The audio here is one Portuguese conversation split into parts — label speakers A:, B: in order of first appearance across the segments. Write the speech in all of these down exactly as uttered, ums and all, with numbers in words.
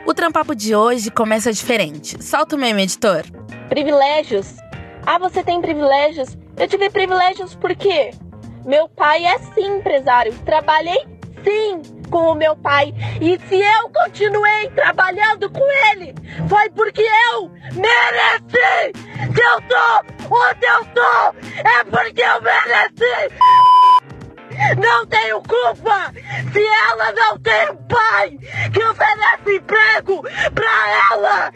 A: O Trampapo de hoje começa diferente. Solta o meme, editor.
B: Privilégios. Ah, você tem privilégios? Eu tive privilégios por quê? Meu pai é sim empresário. Trabalhei sim com o meu pai. E se eu continuei trabalhando com ele, foi porque eu mereci. Se eu tô onde eu tô, é porque eu mereci. Não tenho culpa se ela não tem um pai que oferece emprego pra ela.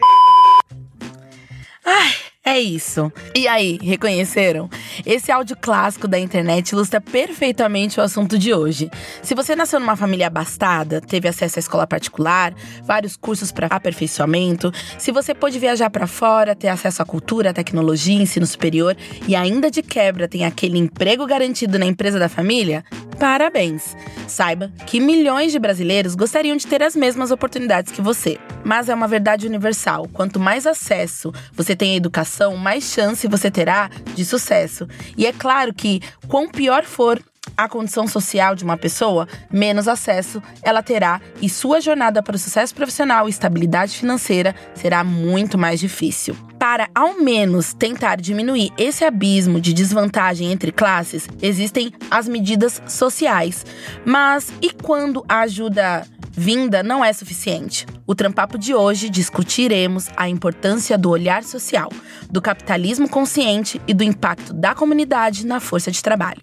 A: Ai, é isso. E aí, reconheceram? Esse áudio clássico da internet ilustra perfeitamente o assunto de hoje. Se você nasceu numa família abastada, teve acesso à escola particular, vários cursos para aperfeiçoamento, se você pôde viajar para fora, ter acesso à cultura, à tecnologia, ensino superior e ainda de quebra tem aquele emprego garantido na empresa da família, parabéns! Saiba que milhões de brasileiros gostariam de ter as mesmas oportunidades que você. Mas é uma verdade universal. Quanto mais acesso você tem à educação, mais chance você terá de sucesso. E é claro que, quão pior for a condição social de uma pessoa, menos acesso ela terá e sua jornada para o sucesso profissional e estabilidade financeira será muito mais difícil. Para, ao menos, tentar diminuir esse abismo de desvantagem entre classes, existem as medidas sociais. Mas e quando a ajuda vinda não é suficiente? O Trampapo de hoje discutiremos a importância do olhar social, do capitalismo consciente e do impacto da comunidade na força de trabalho.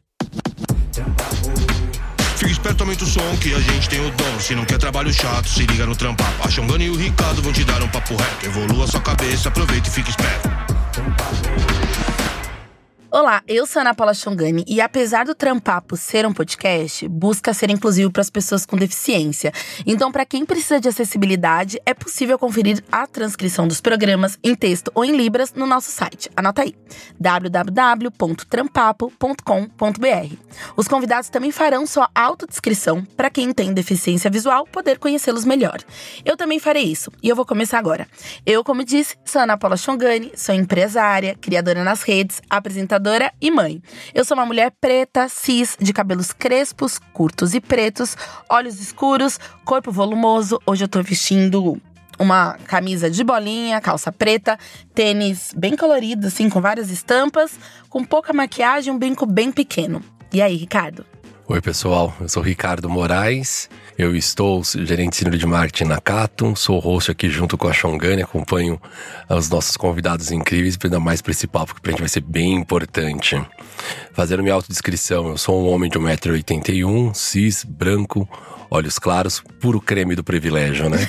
C: Fica esperto, aumenta o som que a gente tem o dom. Se não quer trabalho chato, se liga no Trampapo. A Xongani e o Ricardo vão te dar um papo reto. Evolua sua cabeça, aproveita e fica esperto.
A: Olá, eu sou a Ana Paula Xongani e apesar do Trampapo ser um podcast, busca ser inclusivo para as pessoas com deficiência. Então, para quem precisa de acessibilidade, é possível conferir a transcrição dos programas em texto ou em libras no nosso site. Anota aí, w w w ponto trampapo ponto com ponto b r. Os convidados também farão sua autodescrição para quem tem deficiência visual poder conhecê-los melhor. Eu também farei isso e eu vou começar agora. Eu, como disse, sou a Ana Paula Xongani, sou empresária, criadora nas redes, apresentadora e mãe. Eu sou uma mulher preta, cis, de cabelos crespos, curtos e pretos, olhos escuros, corpo volumoso. Hoje eu tô vestindo uma camisa de bolinha, calça preta, tênis bem colorido, assim, com várias estampas, com pouca maquiagem, um brinco bem pequeno. E aí, Ricardo?
D: Oi, pessoal. Eu sou Ricardo Moraes. Eu estou gerente sênior de marketing na Cato. Sou host aqui junto com a Xongani. Acompanho os nossos convidados incríveis, ainda mais para esse papo que pra gente vai ser bem importante. Fazendo minha autodescrição, eu sou um homem de um metro e oitenta e um, cis, branco, olhos claros, puro creme do privilégio, né?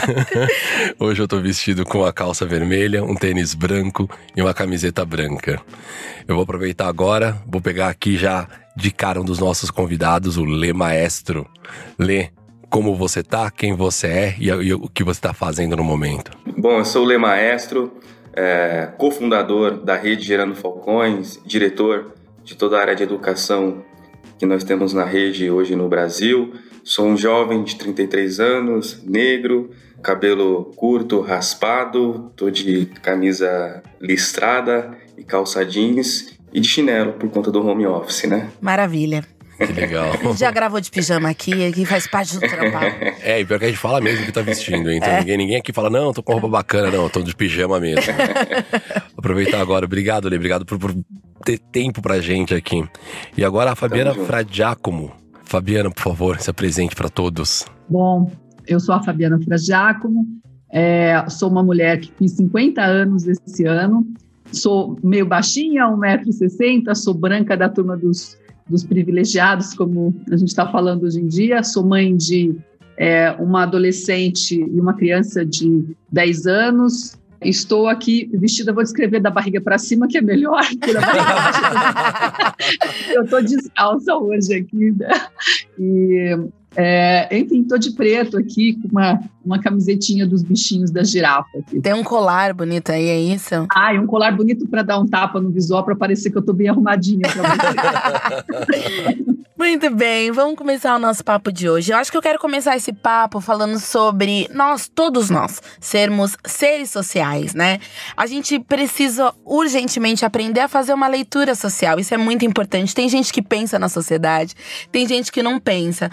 D: Hoje eu tô vestido com a calça vermelha, um tênis branco e uma camiseta branca. Eu vou aproveitar agora, vou pegar aqui já de cara um dos nossos convidados, o Lê Maestro. Lê, como você tá, quem você é e, e o que você tá fazendo no momento?
E: Bom, eu sou o Lê Maestro, é, cofundador da Rede Gerando Falcões, diretor de toda a área de educação que nós temos na rede hoje no Brasil. Sou um jovem de trinta e três anos, negro, cabelo curto, raspado, tô de camisa listrada e calça jeans e de chinelo por conta do home office, né?
A: Maravilha.
D: Que legal.
A: Já gravou de pijama aqui, aqui faz parte do trabalho.
D: É, e pior que a gente fala mesmo que tá vestindo, então é. ninguém, ninguém aqui fala, não, tô com roupa bacana, não, tô de pijama mesmo. Aproveitar agora, obrigado, Lê, obrigado por, por ter tempo pra gente aqui. E agora a Fabiana Fradiacomo. Fabiana, por favor, se apresente para todos.
F: Bom, eu sou a Fabiana Fradiacomo, é, sou uma mulher que fiz cinquenta anos esse ano, sou meio baixinha, um metro e sessenta, sou branca da turma dos, dos privilegiados, como a gente está falando hoje em dia, sou mãe de é, uma adolescente e uma criança de dez anos. Estou aqui vestida, vou descrever da barriga para cima, que é melhor. Da barriga eu estou descalça hoje aqui, né? E, é, enfim, estou de preto aqui, com uma, uma camisetinha dos bichinhos da girafa aqui.
A: Tem um colar bonito aí, é isso?
F: Ah, e um colar bonito para dar um tapa no visual, para parecer que eu estou bem arrumadinha para você.
A: Muito bem, vamos começar o nosso papo de hoje. Eu acho que eu quero começar esse papo falando sobre nós, todos nós, sermos seres sociais, né? A gente precisa urgentemente aprender a fazer uma leitura social, isso é muito importante. Tem gente que pensa na sociedade, tem gente que não pensa, mas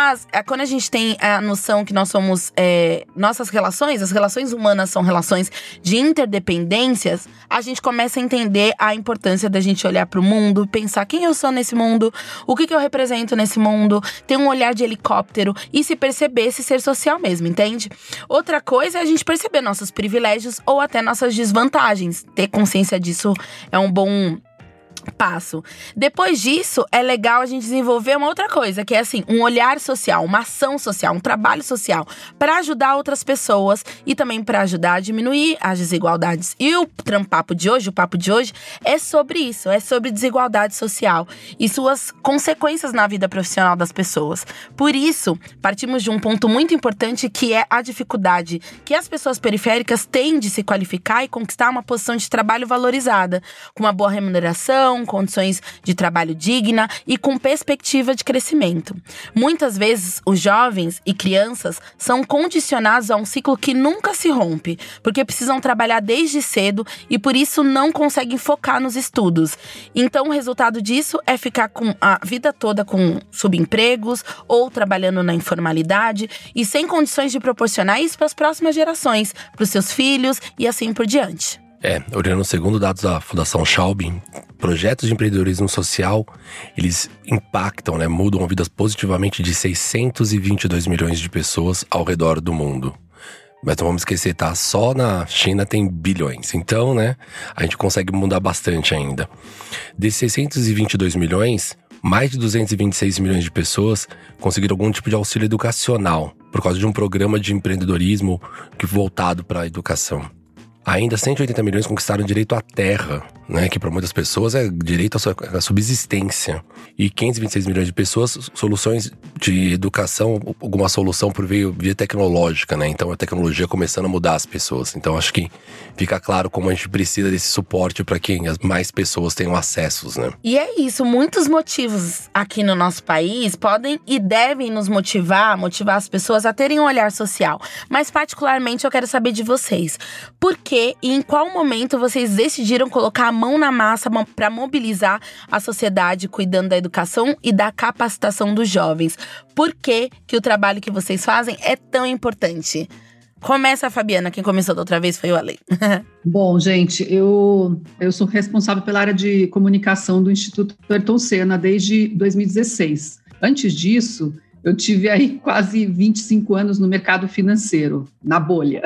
A: Mas quando a gente tem a noção que nós somos… É, nossas relações, as relações humanas são relações de interdependências, a gente começa a entender a importância da gente olhar para o mundo, pensar quem eu sou nesse mundo, o que, que eu represento nesse mundo, ter um olhar de helicóptero e se perceber, se ser social mesmo, entende? Outra coisa é a gente perceber nossos privilégios ou até nossas desvantagens. Ter consciência disso é um bom passo. Depois disso, é legal a gente desenvolver uma outra coisa, que é assim, um olhar social, uma ação social, um trabalho social para ajudar outras pessoas e também para ajudar a diminuir as desigualdades. E o Trampapo de hoje, o papo de hoje, é sobre isso, é sobre desigualdade social e suas consequências na vida profissional das pessoas. Por isso, partimos de um ponto muito importante, que é a dificuldade que as pessoas periféricas têm de se qualificar e conquistar uma posição de trabalho valorizada, com uma boa remuneração, condições de trabalho digna e com perspectiva de crescimento. Muitas vezes, os jovens e crianças são condicionados a um ciclo que nunca se rompe, porque precisam trabalhar desde cedo e por isso não conseguem focar nos estudos. Então, o resultado disso é ficar com a vida toda com subempregos ou trabalhando na informalidade e sem condições de proporcionar isso para as próximas gerações, para os seus filhos e assim por diante.
D: É, olhando segundo dados da Fundação Schwab, projetos de empreendedorismo social, eles impactam, né, mudam vidas positivamente de seiscentos e vinte e dois milhões de pessoas ao redor do mundo. Mas não vamos esquecer, tá? Só na China tem bilhões. Então, né, a gente consegue mudar bastante ainda. Desses seiscentos e vinte e dois milhões, mais de duzentos e vinte e seis milhões de pessoas conseguiram algum tipo de auxílio educacional, por causa de um programa de empreendedorismo que voltado para a educação. Ainda cento e oitenta milhões conquistaram direito à terra, né, que para muitas pessoas é direito à, sua, à subsistência. E quinhentos e vinte e seis milhões de pessoas, soluções de educação, alguma solução por via, via tecnológica, né? Então a tecnologia começando a mudar as pessoas. Então acho que fica claro como a gente precisa desse suporte para que as mais pessoas tenham acessos, né?
A: E é isso, muitos motivos aqui no nosso país podem e devem nos motivar, motivar as pessoas a terem um olhar social. Mas particularmente eu quero saber de vocês. Por que e em qual momento vocês decidiram colocar a mão na massa para mobilizar a sociedade cuidando da educação e da capacitação dos jovens? Por que que o trabalho que vocês fazem é tão importante? Começa a Fabiana, quem começou da outra vez foi o Ale.
F: Bom, gente, eu, eu sou responsável pela área de comunicação do Instituto Ayrton Senna desde dois mil e dezesseis. Antes disso, eu tive aí quase vinte e cinco anos no mercado financeiro, na bolha.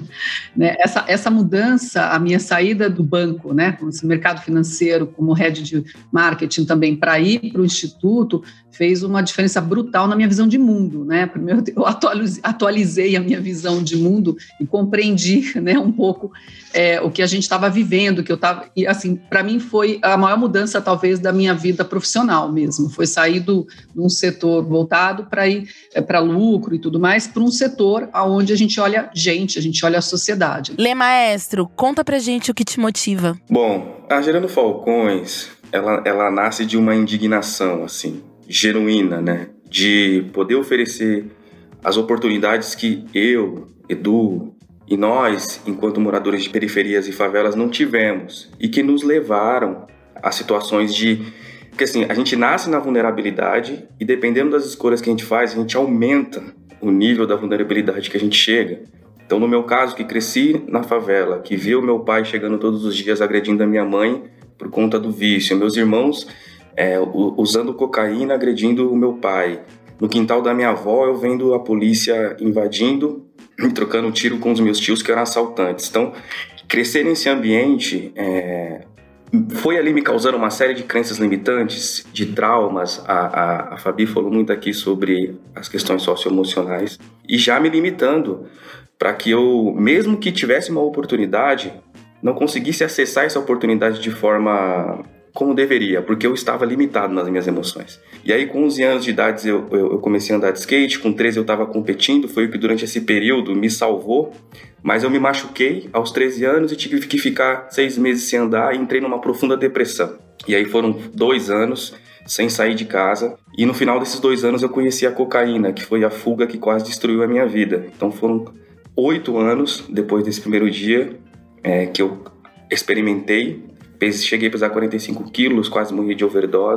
F: né? essa, essa mudança, a minha saída do banco, né, com esse mercado financeiro como head de marketing também, para ir para o Instituto, fez uma diferença brutal na minha visão de mundo. Né? Primeiro, eu atualizei a minha visão de mundo e compreendi, né, um pouco é, o que a gente estava vivendo, que eu estava, e assim, para mim foi a maior mudança talvez da minha vida profissional mesmo, foi sair do, de um setor voltado para ir é, para lucro e tudo mais, para um setor onde a gente olha gente, a gente olha a sociedade.
A: Lê, maestro, conta pra gente o que te motiva.
E: Bom, a Gerando Falcões, ela, ela nasce de uma indignação, assim, genuína, né? De poder oferecer as oportunidades que eu, Edu e nós, enquanto moradores de periferias e favelas, não tivemos e que nos levaram a situações de… Porque assim, a gente nasce na vulnerabilidade e dependendo das escolhas que a gente faz, a gente aumenta o nível da vulnerabilidade que a gente chega. Então, no meu caso, que cresci na favela, que vi o meu pai chegando todos os dias agredindo a minha mãe por conta do vício, meus irmãos é, usando cocaína, agredindo o meu pai. No quintal da minha avó, eu vendo a polícia invadindo e trocando tiro com os meus tios que eram assaltantes. Então, crescer nesse ambiente… É, foi ali me causando uma série de crenças limitantes, de traumas. A, a, a Fabi falou muito aqui sobre as questões socioemocionais. E já me limitando para que eu, mesmo que tivesse uma oportunidade, não conseguisse acessar essa oportunidade de forma como deveria, porque eu estava limitado nas minhas emoções. E aí, com onze anos de idade, eu, eu, eu comecei a andar de skate, com treze eu estava competindo, foi o que durante esse período me salvou, mas eu me machuquei aos treze anos e tive que ficar seis meses sem andar e entrei numa profunda depressão. E aí foram dois anos sem sair de casa, e no final desses dois anos eu conheci a cocaína, que foi a fuga que quase destruiu a minha vida. Então foram oito anos depois desse primeiro dia é, que eu experimentei. Cheguei a pesar quarenta e cinco quilos, quase morri de overdose.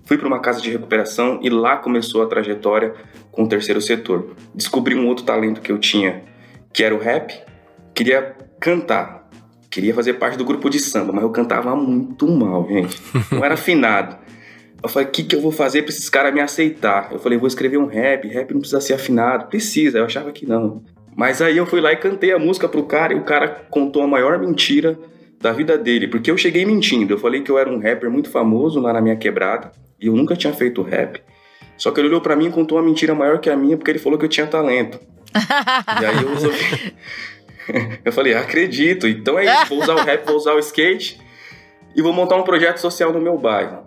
E: Fui para uma casa de recuperação e lá começou a trajetória com o terceiro setor. Descobri um outro talento que eu tinha, que era o rap. Queria cantar, queria fazer parte do grupo de samba, mas eu cantava muito mal, gente. Não era afinado. Eu falei, o que, que eu vou fazer para esses caras me aceitar? Eu falei, vou escrever um rap, rap não precisa ser afinado. Precisa, eu achava que não. Mas aí eu fui lá e cantei a música pro cara e o cara contou a maior mentira da vida dele, porque eu cheguei mentindo. Eu falei que eu era um rapper muito famoso lá na minha quebrada e eu nunca tinha feito rap. Só que ele olhou pra mim e contou uma mentira maior que a minha, porque ele falou que eu tinha talento. E aí eu resolvi... eu falei, acredito, então é isso, vou usar o rap, vou usar o skate e vou montar um projeto social no meu bairro.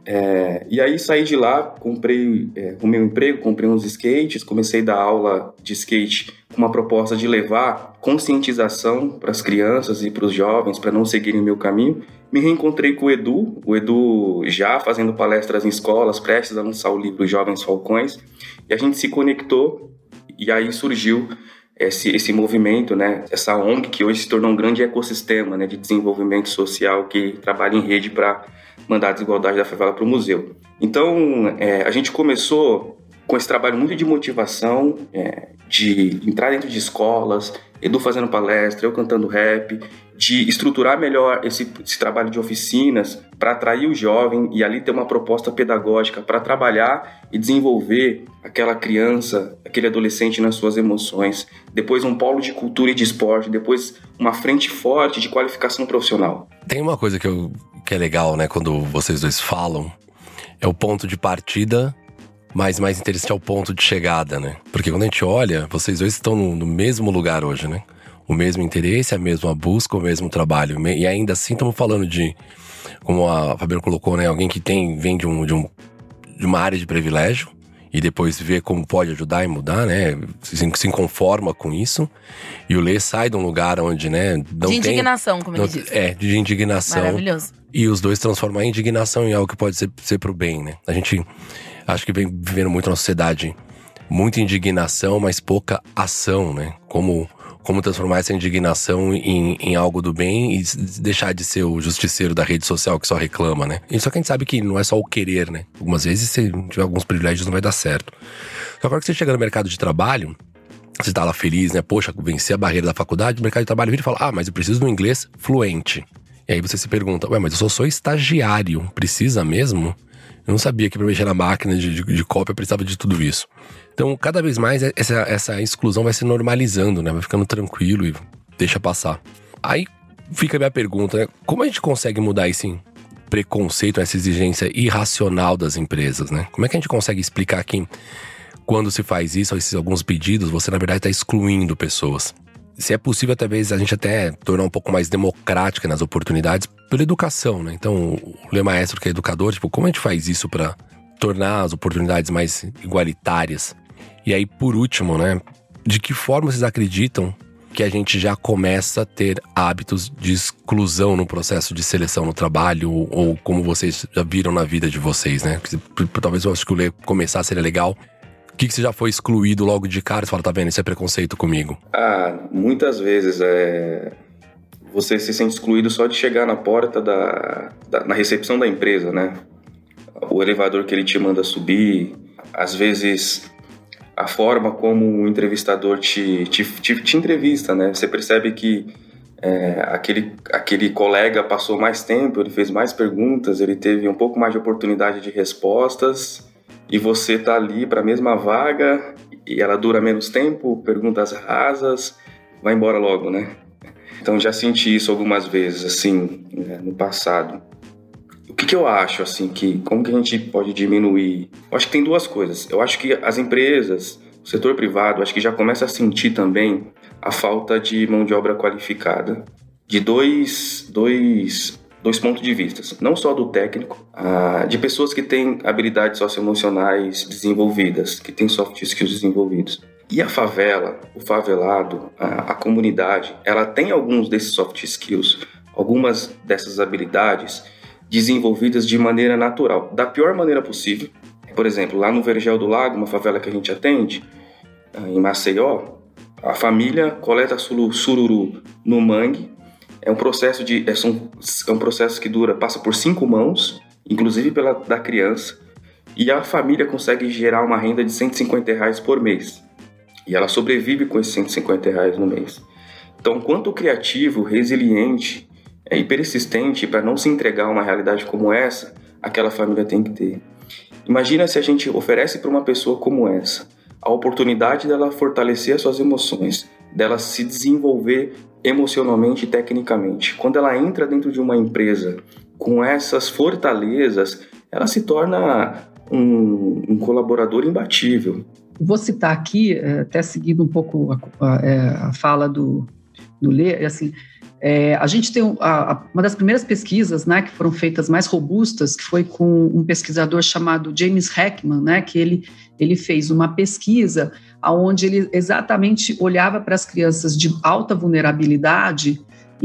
E: É, e aí saí de lá, comprei é, o meu emprego, comprei uns skates, comecei a dar aula de skate com uma proposta de levar conscientização para as crianças e para os jovens, para não seguirem o meu caminho. Me reencontrei com o Edu, o Edu já fazendo palestras em escolas, prestes a lançar o livro Jovens Falcões, e a gente se conectou e aí surgiu esse, esse movimento, né, essa O N G que hoje se tornou um grande ecossistema, né, de desenvolvimento social que trabalha em rede para mandar a desigualdade da favela para o museu. Então, é, a gente começou com esse trabalho muito de motivação, é, de entrar dentro de escolas, Edu fazendo palestra, eu cantando rap, de estruturar melhor esse, esse trabalho de oficinas para atrair o jovem e ali ter uma proposta pedagógica para trabalhar e desenvolver aquela criança, aquele adolescente nas suas emoções. Depois um polo de cultura e de esporte, depois uma frente forte de qualificação profissional.
D: Tem uma coisa que, eu, que é legal, né, quando vocês dois falam, é o ponto de partida, mas mais interessante é o ponto de chegada, né? Porque quando a gente olha, vocês dois estão no, no mesmo lugar hoje, né? O mesmo interesse, a mesma busca, o mesmo trabalho. E ainda assim estamos falando de, como a Fabiana colocou, né? Alguém que tem, vem de, um, de, um, de uma área de privilégio e depois vê como pode ajudar e mudar, né? Se, se conforma com isso. E o Lê sai de um lugar onde, né? Não
A: de indignação,
D: tem,
A: como
D: não,
A: ele disse.
D: É, de indignação.
A: Maravilhoso.
D: E os dois transformam a indignação em algo que pode ser, ser pro bem, né? A gente acho que vem vivendo muito na sociedade muita indignação, mas pouca ação, né? Como... Como transformar essa indignação em, em algo do bem e deixar de ser o justiceiro da rede social que só reclama, né? E só que a gente sabe que não é só o querer, né? Algumas vezes, se tiver alguns privilégios, não vai dar certo. Só que agora que você chega no mercado de trabalho, você tá lá feliz, né? Poxa, venci a barreira da faculdade, o mercado de trabalho vira e fala, ah, mas eu preciso de um inglês fluente. E aí você se pergunta, ué, mas eu só sou estagiário, precisa mesmo? Eu não sabia que para mexer na máquina de, de, de cópia precisava de tudo isso. Então, cada vez mais, essa, essa exclusão vai se normalizando, né? Vai ficando tranquilo e deixa passar. Aí fica a minha pergunta, né? Como a gente consegue mudar esse preconceito, essa exigência irracional das empresas, né? Como é que a gente consegue explicar que quando se faz isso, esses alguns pedidos, você na verdade está excluindo pessoas? Se é possível, talvez, a gente até tornar um pouco mais democrática nas oportunidades pela educação, né? Então, o Lê Maestro, que é educador, tipo, como a gente faz isso para tornar as oportunidades mais igualitárias? E aí, por último, né? De que forma vocês acreditam que a gente já começa a ter hábitos de exclusão no processo de seleção no trabalho? Ou, ou como vocês já viram na vida de vocês, né? Talvez eu acho que o Lê começar seria legal. O que, que você já foi excluído logo de cara? Você fala, tá vendo, isso é preconceito comigo.
E: Ah, muitas vezes é... você se sente excluído só de chegar na porta da, da... na recepção da empresa, né? O elevador que ele te manda subir, às vezes a forma como o entrevistador te, te, te, te entrevista, né? Você percebe que é, aquele, aquele colega passou mais tempo, ele fez mais perguntas, ele teve um pouco mais de oportunidade de respostas e você tá ali para a mesma vaga e ela dura menos tempo, perguntas rasas, vai embora logo, né? Então já senti isso algumas vezes, assim, né, no passado. O que, que eu acho, assim, que como que a gente pode diminuir? Eu acho que tem duas coisas. Eu acho que as empresas, o setor privado, acho que já começa a sentir também a falta de mão de obra qualificada de dois, dois, dois pontos de vista. Não só do técnico, ah, de pessoas que têm habilidades socioemocionais desenvolvidas, que têm soft skills desenvolvidos. E a favela, o favelado, a, a comunidade, ela tem alguns desses soft skills, algumas dessas habilidades desenvolvidas de maneira natural, da pior maneira possível. Por exemplo, lá no Vergel do Lago, uma favela que a gente atende, em Maceió, a família coleta sururu no mangue. É um processo de é um, é um processo que dura, passa por cinco mãos, inclusive pela da criança. e a família consegue gerar uma renda de cento e cinquenta reais por mês. E ela sobrevive com esses cento e cinquenta reais no mês. Então, quanto criativo, resiliente é, e persistente para não se entregar a uma realidade como essa, aquela família tem que ter. Imagina se a gente oferece para uma pessoa como essa a oportunidade dela fortalecer as suas emoções, dela se desenvolver emocionalmente e tecnicamente. Quando ela entra dentro de uma empresa com essas fortalezas, ela se torna um, um colaborador imbatível.
F: Vou citar aqui, até seguindo um pouco a, a, a fala do, do Lê, assim, é, a gente tem a, a, uma das primeiras pesquisas, né, que foram feitas mais robustas, que foi com um pesquisador chamado James Heckman, né, que ele, ele fez uma pesquisa onde ele exatamente olhava para as crianças de alta vulnerabilidade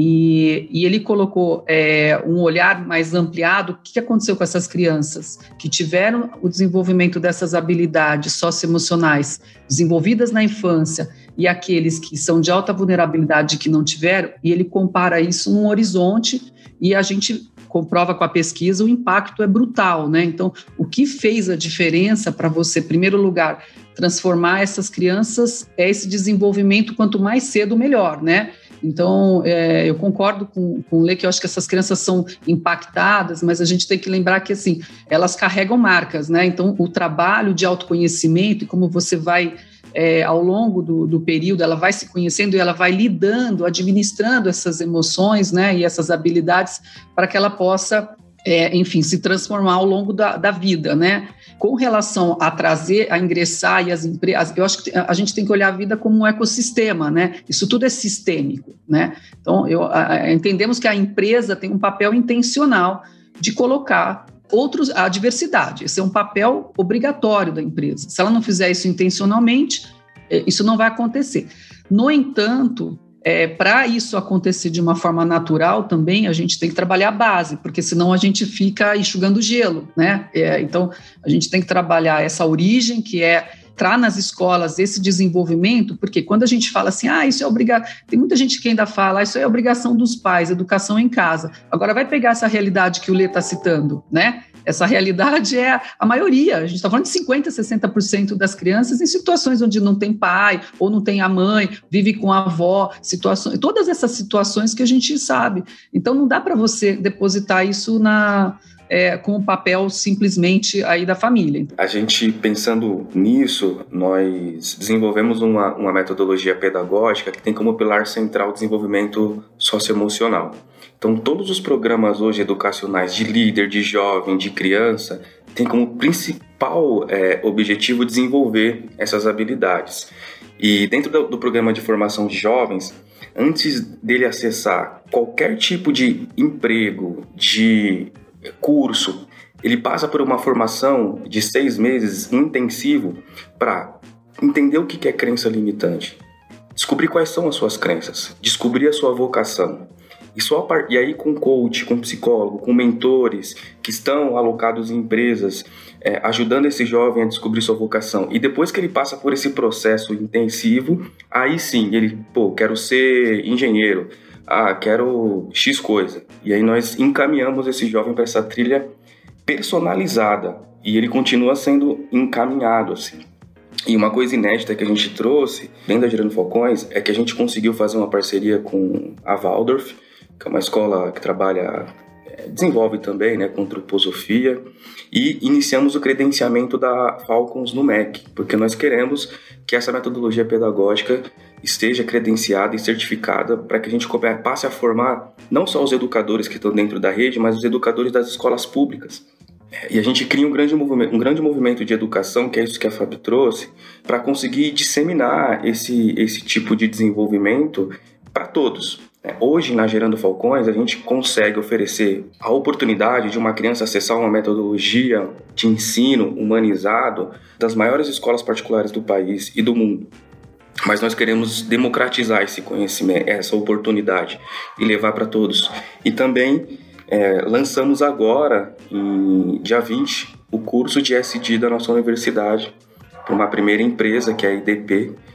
F: e, e ele colocou é, um olhar mais ampliado. O que aconteceu com essas crianças que tiveram o desenvolvimento dessas habilidades socioemocionais desenvolvidas na infância e aqueles que são de alta vulnerabilidade que não tiveram, e ele compara isso num horizonte e a gente comprova com a pesquisa, o impacto é brutal, né? Então, o que fez a diferença para você, em primeiro lugar, transformar essas crianças é esse desenvolvimento, quanto mais cedo, melhor, né? Então, é, eu concordo com, com o Lê, que eu acho que essas crianças são impactadas, mas a gente tem que lembrar que, assim, elas carregam marcas, né? Então, o trabalho de autoconhecimento e como você vai, é, ao longo do, do período, ela vai se conhecendo e ela vai lidando, administrando essas emoções, né? E essas habilidades para que ela possa, é, enfim, se transformar ao longo da, da vida, né? Com relação a trazer, a ingressar e as empresas, eu acho que a gente tem que olhar a vida como um ecossistema, né? Isso tudo é sistêmico, né? Então, eu, a, entendemos que a empresa tem um papel intencional de colocar outros, a diversidade. Esse é um papel obrigatório da empresa. Se ela não fizer isso intencionalmente, isso não vai acontecer. No entanto, É, para isso acontecer de uma forma natural também, a gente tem que trabalhar a base, porque senão a gente fica enxugando gelo, né? É, então, a gente tem que trabalhar essa origem, que é entrar nas escolas esse desenvolvimento, porque quando a gente fala assim, ah, isso é obrigação, tem muita gente que ainda fala, ah, isso é obrigação dos pais, educação em casa. Agora vai pegar essa realidade que o Lê está citando, né? Essa realidade é a maioria, a gente está falando de cinquenta por cento, sessenta por cento das crianças em situações onde não tem pai, ou não tem a mãe, vive com a avó, situações, todas essas situações que a gente sabe. Então não dá para você depositar isso na, é, com o papel simplesmente aí da família.
E: A gente, pensando nisso, nós desenvolvemos uma, uma metodologia pedagógica que tem como pilar central o desenvolvimento socioemocional. Então, todos os programas hoje educacionais de líder, de jovem, de criança, têm como principal é, objetivo desenvolver essas habilidades. E dentro do, do programa de formação de jovens, antes dele acessar qualquer tipo de emprego, de curso, ele passa por uma formação de seis meses intensivo para entender o que é crença limitante, descobrir quais são as suas crenças, descobrir a sua vocação. E, só part... e aí com coach, com psicólogo, com mentores que estão alocados em empresas, é, ajudando esse jovem a descobrir sua vocação. E depois que ele passa por esse processo intensivo, aí sim, ele, pô, quero ser engenheiro, ah, quero X coisa. E aí nós encaminhamos esse jovem para essa trilha personalizada. E ele continua sendo encaminhado, assim. E uma coisa inédita que a gente trouxe, dentro da Gerando Falcões, é que a gente conseguiu fazer uma parceria com a Waldorf, que é uma escola que trabalha, é, desenvolve também, né, com antroposofia, e iniciamos o credenciamento da Falcons no M E C, porque nós queremos que essa metodologia pedagógica esteja credenciada e certificada para que a gente passe a formar não só os educadores que estão dentro da rede, mas os educadores das escolas públicas. E a gente cria um grande movimento, um grande movimento de educação, que é isso que a Fábio trouxe, para conseguir disseminar esse, esse tipo de desenvolvimento para todos. Hoje, na Gerando Falcões, a gente consegue oferecer a oportunidade de uma criança acessar uma metodologia de ensino humanizado das maiores escolas particulares do país e do mundo. Mas nós queremos democratizar esse conhecimento, essa oportunidade, e levar para todos. E também é, lançamos agora, em dia vinte, o curso de S D da nossa universidade, para uma primeira empresa, que é a I D P,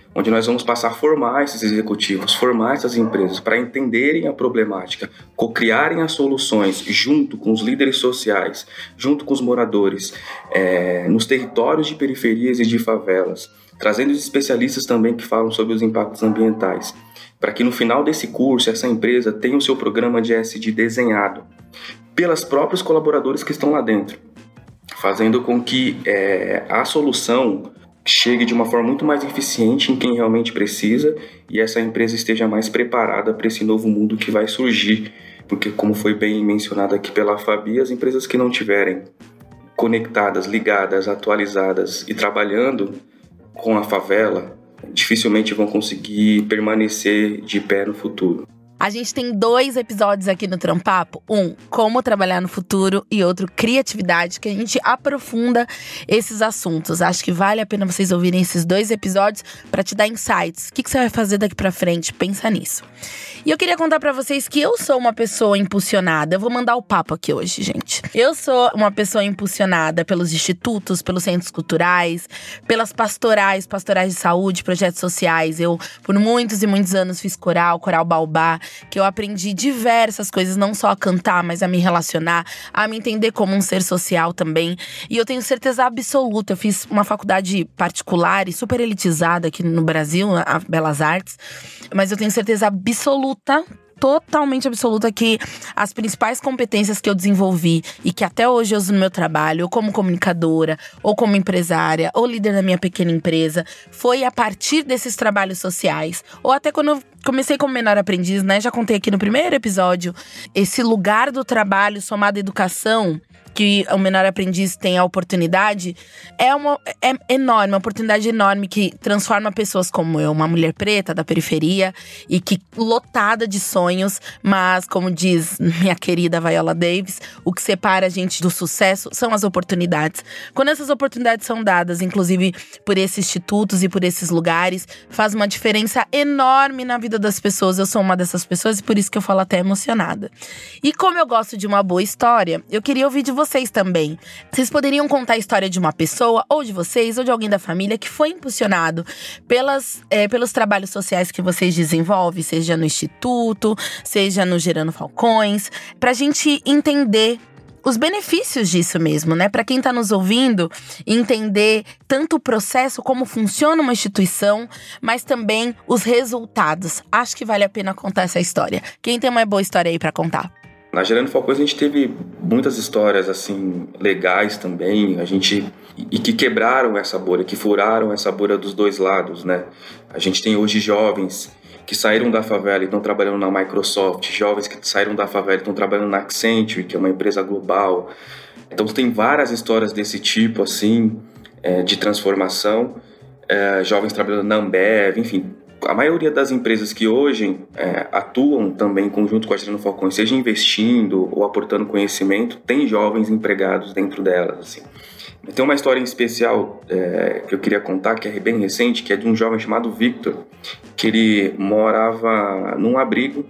E: onde nós vamos passar a formar esses executivos, formar essas empresas para entenderem a problemática, co-criarem as soluções junto com os líderes sociais, junto com os moradores, é, nos territórios de periferias e de favelas, trazendo os especialistas também que falam sobre os impactos ambientais, para que no final desse curso essa empresa tenha o seu programa de E S G desenhado pelos próprios colaboradores que estão lá dentro, fazendo com que é, a solução chegue de uma forma muito mais eficiente em quem realmente precisa e essa empresa esteja mais preparada para esse novo mundo que vai surgir. Porque, como foi bem mencionado aqui pela Fabi, as empresas que não tiverem conectadas, ligadas, atualizadas e trabalhando com a favela, dificilmente vão conseguir permanecer de pé no futuro.
A: A gente tem dois episódios aqui no Trampapo. Um, como trabalhar no futuro, e outro, criatividade, que a gente aprofunda esses assuntos. Acho que vale a pena vocês ouvirem esses dois episódios para te dar insights. O que, que você vai fazer daqui pra frente? Pensa nisso. E eu queria contar pra vocês que eu sou uma pessoa impulsionada. Eu vou mandar o papo aqui hoje, gente. Eu sou uma pessoa impulsionada pelos institutos, pelos centros culturais, pelas pastorais, pastorais de saúde, projetos sociais. Eu, por muitos e muitos anos, fiz coral, coral Baobá, que eu aprendi diversas coisas, não só a cantar, mas a me relacionar, a me entender como um ser social também. E eu tenho certeza absoluta, eu fiz uma faculdade particular e super elitizada aqui no Brasil, a Belas Artes, mas eu tenho certeza absoluta, totalmente absoluta, que as principais competências que eu desenvolvi e que até hoje eu uso no meu trabalho, ou como comunicadora, ou como empresária, ou líder da minha pequena empresa, foi a partir desses trabalhos sociais. Ou até quando eu comecei como menor aprendiz, né? Já contei aqui no primeiro episódio, esse lugar do trabalho somado à educação, que o menor aprendiz tem a oportunidade, é uma é enorme, uma oportunidade enorme que transforma pessoas como eu, uma mulher preta da periferia e que lotada de sonhos, mas como diz minha querida Viola Davis, o que separa a gente do sucesso são as oportunidades. Quando essas oportunidades são dadas, inclusive por esses institutos e por esses lugares, faz uma diferença enorme na vida das pessoas. Eu sou uma dessas pessoas e por isso que eu falo até emocionada. E como eu gosto de uma boa história, eu queria ouvir de vocês também. Vocês poderiam contar a história de uma pessoa, ou de vocês, ou de alguém da família que foi impulsionado pelas, é, pelos trabalhos sociais que vocês desenvolvem, seja no Instituto, seja no Gerando Falcões, pra gente entender os benefícios disso mesmo, né? Para quem tá nos ouvindo, entender tanto o processo, como funciona uma instituição, mas também os resultados. Acho que vale a pena contar essa história. Quem tem uma boa história aí para contar?
E: Na Gerando Falcões a gente teve muitas histórias assim legais também, a gente e que quebraram essa bolha, que furaram essa bolha dos dois lados, né? A gente tem hoje jovens que saíram da favela e estão trabalhando na Microsoft, jovens que saíram da favela e estão trabalhando na Accenture, que é uma empresa global. Então tem várias histórias desse tipo assim, é, de transformação, é, jovens trabalhando na Ambev, enfim. A maioria das empresas que hoje é, atuam também em conjunto com a Gerando Falcões, seja investindo ou aportando conhecimento, tem jovens empregados dentro delas. Assim. Tem uma história em especial é, que eu queria contar, que é bem recente, que é de um jovem chamado Victor, que ele morava num abrigo,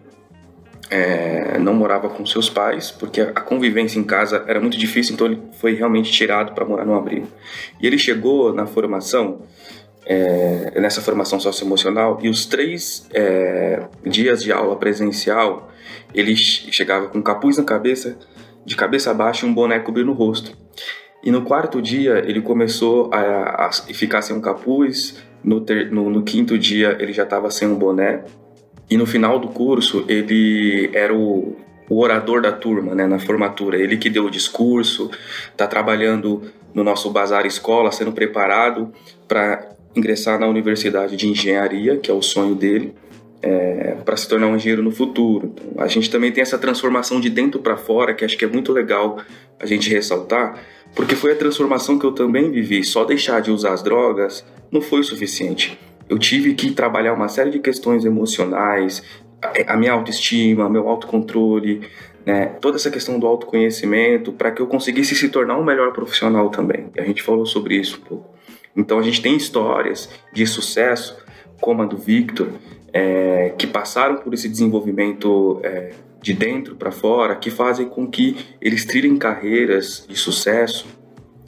E: é, não morava com seus pais, porque a convivência em casa era muito difícil, então ele foi realmente tirado para morar num abrigo. E ele chegou na formação... É, nessa formação socioemocional, e os três é, dias de aula presencial, ele chegava com um capuz na cabeça, de cabeça baixa e um boné cobrindo o rosto. E no quarto dia, ele começou a, a ficar sem um capuz, no, ter, no, no quinto dia, ele já estava sem um boné, e no final do curso, ele era o, o orador da turma, né, na formatura, ele que deu o discurso, está trabalhando no nosso Bazar Escola, sendo preparado para ingressar na Universidade de Engenharia, que é o sonho dele, é, para se tornar um engenheiro no futuro. Então, a gente também tem essa transformação de dentro para fora, que acho que é muito legal a gente ressaltar, porque foi a transformação que eu também vivi. Só deixar de usar as drogas não foi o suficiente. Eu tive que trabalhar uma série de questões emocionais, a, a minha autoestima, meu autocontrole, né, toda essa questão do autoconhecimento, para que eu conseguisse se tornar um melhor profissional também. E a gente falou sobre isso um pouco. Então a gente tem histórias de sucesso, como a do Victor, é, que passaram por esse desenvolvimento é, de dentro para fora, que fazem com que eles trilhem carreiras de sucesso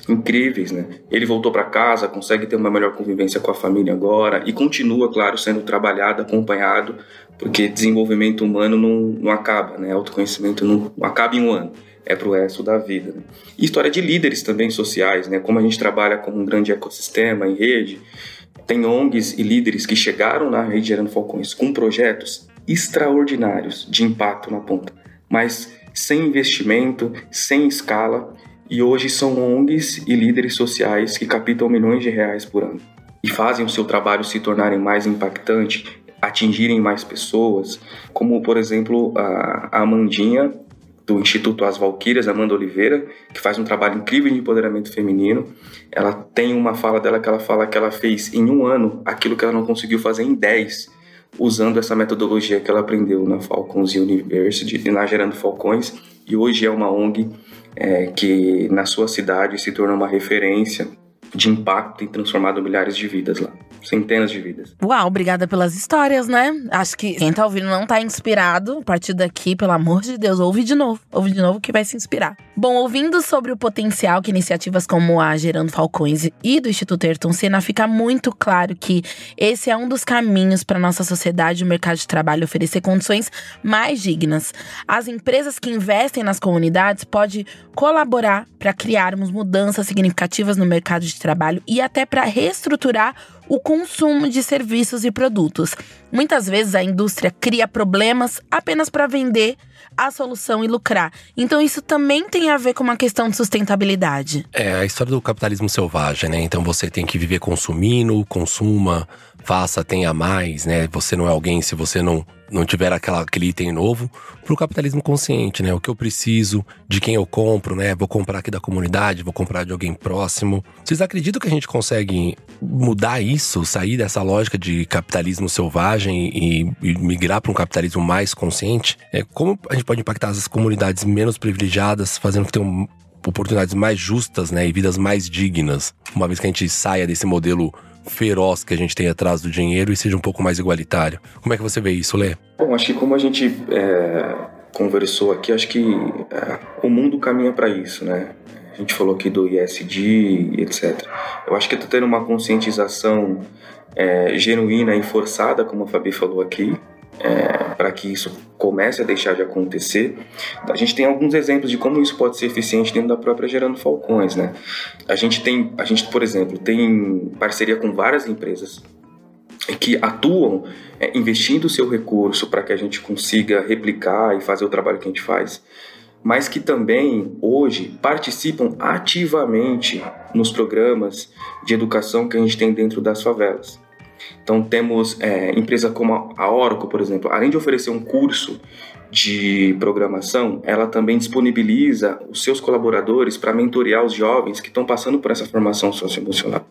E: incríveis, né? Ele voltou para casa, consegue ter uma melhor convivência com a família agora e continua, claro, sendo trabalhado, acompanhado, porque desenvolvimento humano não, não acaba, né? Autoconhecimento não, não acaba em um ano, é pro resto da vida, né? E história de líderes também sociais, né? Como a gente trabalha como um grande ecossistema em rede, tem O N Gs e líderes que chegaram na Rede Gerando Falcões com projetos extraordinários de impacto na ponta, mas sem investimento, sem escala, e hoje são O N Gs e líderes sociais que captam milhões de reais por ano e fazem o seu trabalho se tornarem mais impactante, atingirem mais pessoas, como, por exemplo, a Amandinha, do Instituto As Valquírias, Amanda Oliveira, que faz um trabalho incrível de empoderamento feminino. Ela tem uma fala dela que ela fala que ela fez em um ano aquilo que ela não conseguiu fazer em dez, usando essa metodologia que ela aprendeu na Falcons University e na Gerando Falcões, e hoje é uma O N G é, que na sua cidade se tornou uma referência de impacto e transformado milhares de vidas lá. Centenas de vidas.
A: Uau, obrigada pelas histórias, né? Acho que quem tá ouvindo não tá inspirado. A partir daqui, pelo amor de Deus, ouve de novo. Ouve de novo que vai se inspirar. Bom, ouvindo sobre o potencial que iniciativas como a Gerando Falcões e do Instituto Ayrton Senna, fica muito claro que esse é um dos caminhos para nossa sociedade e o mercado de trabalho oferecer condições mais dignas. As empresas que investem nas comunidades podem colaborar para criarmos mudanças significativas no mercado de trabalho e até para reestruturar o consumo de serviços e produtos. Muitas vezes a indústria cria problemas apenas para vender a solução e lucrar. Então isso também tem a ver com uma questão de sustentabilidade.
D: É a história do capitalismo selvagem, né? Então você tem que viver consumindo, consuma, faça, tenha mais, né? Você não é alguém se você não, não tiver aquela, aquele item novo. Pro capitalismo consciente, né? O que eu preciso, de quem eu compro, né? Vou comprar aqui da comunidade, vou comprar de alguém próximo. Vocês acreditam que a gente consegue mudar isso, sair dessa lógica de capitalismo selvagem e, e migrar para um capitalismo mais consciente? É, como a gente pode impactar as comunidades menos privilegiadas, fazendo que tenham oportunidades mais justas, né? E vidas mais dignas, uma vez que a gente saia desse modelo feroz que a gente tem atrás do dinheiro e seja um pouco mais igualitário. Como é que você vê isso, Lê?
E: Bom, acho que como a gente é, conversou aqui, acho que é, o mundo caminha para isso, né? A gente falou aqui do E S G, etcétera. Eu acho que está tendo uma conscientização é, genuína e forçada, como a Fabi falou aqui, é, para que isso comece a deixar de acontecer. A gente tem alguns exemplos de como isso pode ser eficiente dentro da própria Gerando Falcões, né? A gente tem, a gente, por exemplo, tem parceria com várias empresas que atuam é, investindo o seu recurso para que a gente consiga replicar e fazer o trabalho que a gente faz, mas que também, hoje, participam ativamente nos programas de educação que a gente tem dentro das favelas. Então, temos é, empresa como a Oracle, por exemplo, além de oferecer um curso de programação, ela também disponibiliza os seus colaboradores para mentorear os jovens que estão passando por essa formação socioemocional.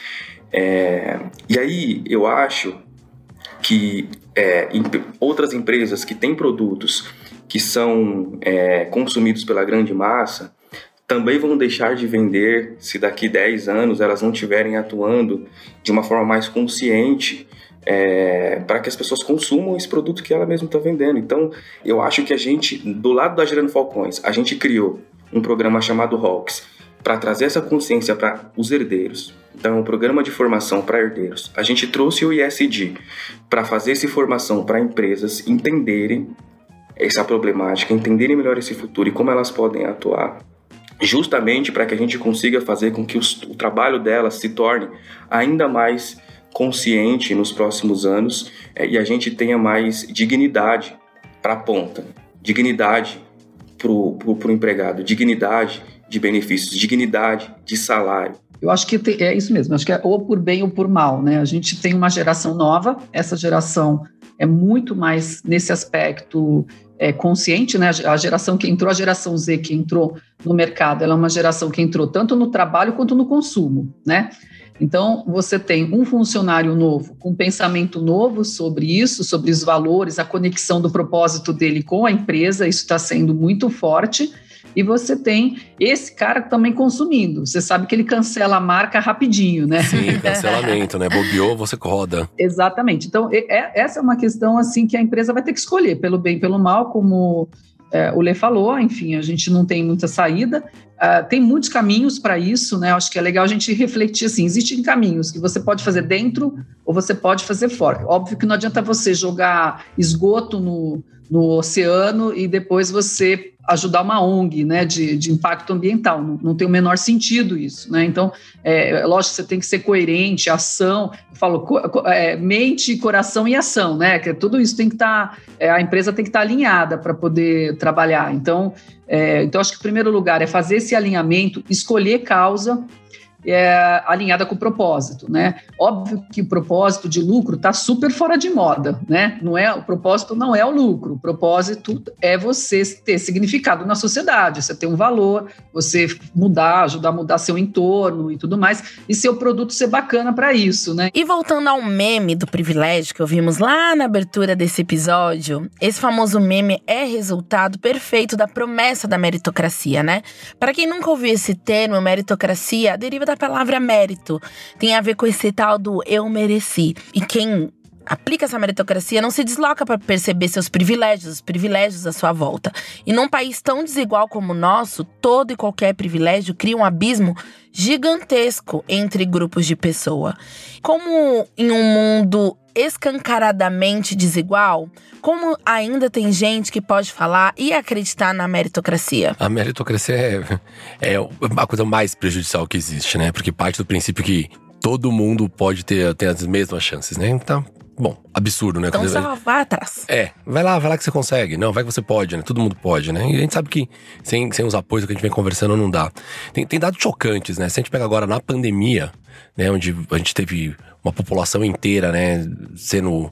E: É, e aí, eu acho que é, em, outras empresas que têm produtos que são é, consumidos pela grande massa, também vão deixar de vender se daqui dez anos elas não estiverem atuando de uma forma mais consciente é, para que as pessoas consumam esse produto que ela mesma está vendendo. Então, eu acho que a gente, do lado da Gerando Falcões, a gente criou um programa chamado Hawks para trazer essa consciência para os herdeiros. Então, é um programa de formação para herdeiros. A gente trouxe o E S G para fazer essa formação para empresas entenderem essa problemática, entenderem melhor esse futuro e como elas podem atuar, justamente para que a gente consiga fazer com que os, o trabalho delas se torne ainda mais consciente nos próximos anos é, e a gente tenha mais dignidade para a ponta, dignidade para o empregado, dignidade de benefícios, dignidade de salário.
F: Eu acho que tem, é isso mesmo, acho que é ou por bem ou por mal, né? A gente tem uma geração nova, essa geração é muito mais nesse aspecto é, consciente, né? A geração que entrou, a geração Z que entrou no mercado, ela é uma geração que entrou tanto no trabalho quanto no consumo, né? Então, você tem um funcionário novo, com um pensamento novo sobre isso, sobre os valores, a conexão do propósito dele com a empresa, isso está sendo muito forte. E você tem esse cara também consumindo. Você sabe que ele cancela a marca rapidinho, né?
D: Sim, cancelamento, né? Bobeou, você roda.
F: Exatamente. Então, é, essa é uma questão assim que a empresa vai ter que escolher, pelo bem e pelo mal, como é, o Lê falou. Enfim, a gente não tem muita saída. uh, tem muitos caminhos para isso, né? Acho que é legal a gente refletir assim, existem caminhos que você pode fazer dentro ou você pode fazer fora. Óbvio que não adianta você jogar esgoto no, no oceano e depois você ajudar uma O N G, né, de, de impacto ambiental, não, não tem o menor sentido isso, né, então, é, lógico que você tem que ser coerente, ação, eu falo, co, é, mente, coração e ação, né, que tudo isso tem que estar, tá, é, a empresa tem que estar tá alinhada para poder trabalhar, então, é, então, acho que o primeiro lugar é fazer esse alinhamento, escolher causa, É, alinhada com o propósito, né? Óbvio que o propósito de lucro está super fora de moda, né? Não é, o propósito não é o lucro, o propósito é você ter significado na sociedade, você ter um valor, você mudar, ajudar a mudar seu entorno e tudo mais, e seu produto ser bacana para isso, né?
A: E voltando ao meme do privilégio que ouvimos lá na abertura desse episódio, esse famoso meme é resultado perfeito da promessa da meritocracia, né? Para quem nunca ouviu esse termo, meritocracia deriva da da palavra mérito, tem a ver com esse tal do eu mereci. E quem aplica essa meritocracia não se desloca para perceber seus privilégios, os privilégios à sua volta. E num país tão desigual como o nosso, todo e qualquer privilégio cria um abismo gigantesco entre grupos de pessoa. Como em um mundo escancaradamente desigual, como ainda tem gente que pode falar e acreditar na meritocracia?
D: A meritocracia é, é a coisa mais prejudicial que existe, né? Porque parte do princípio que todo mundo pode ter, ter as mesmas chances, né? Então, bom, absurdo, né?
A: Então só vai atrás.
D: É, vai lá, vai lá que você consegue. Não, vai que você pode, né? Todo mundo pode, né? E a gente sabe que sem, sem os apoios que a gente vem conversando não dá. Tem, tem dados chocantes, né? Se a gente pega agora na pandemia, né? Onde a gente teve uma população inteira, né? Sendo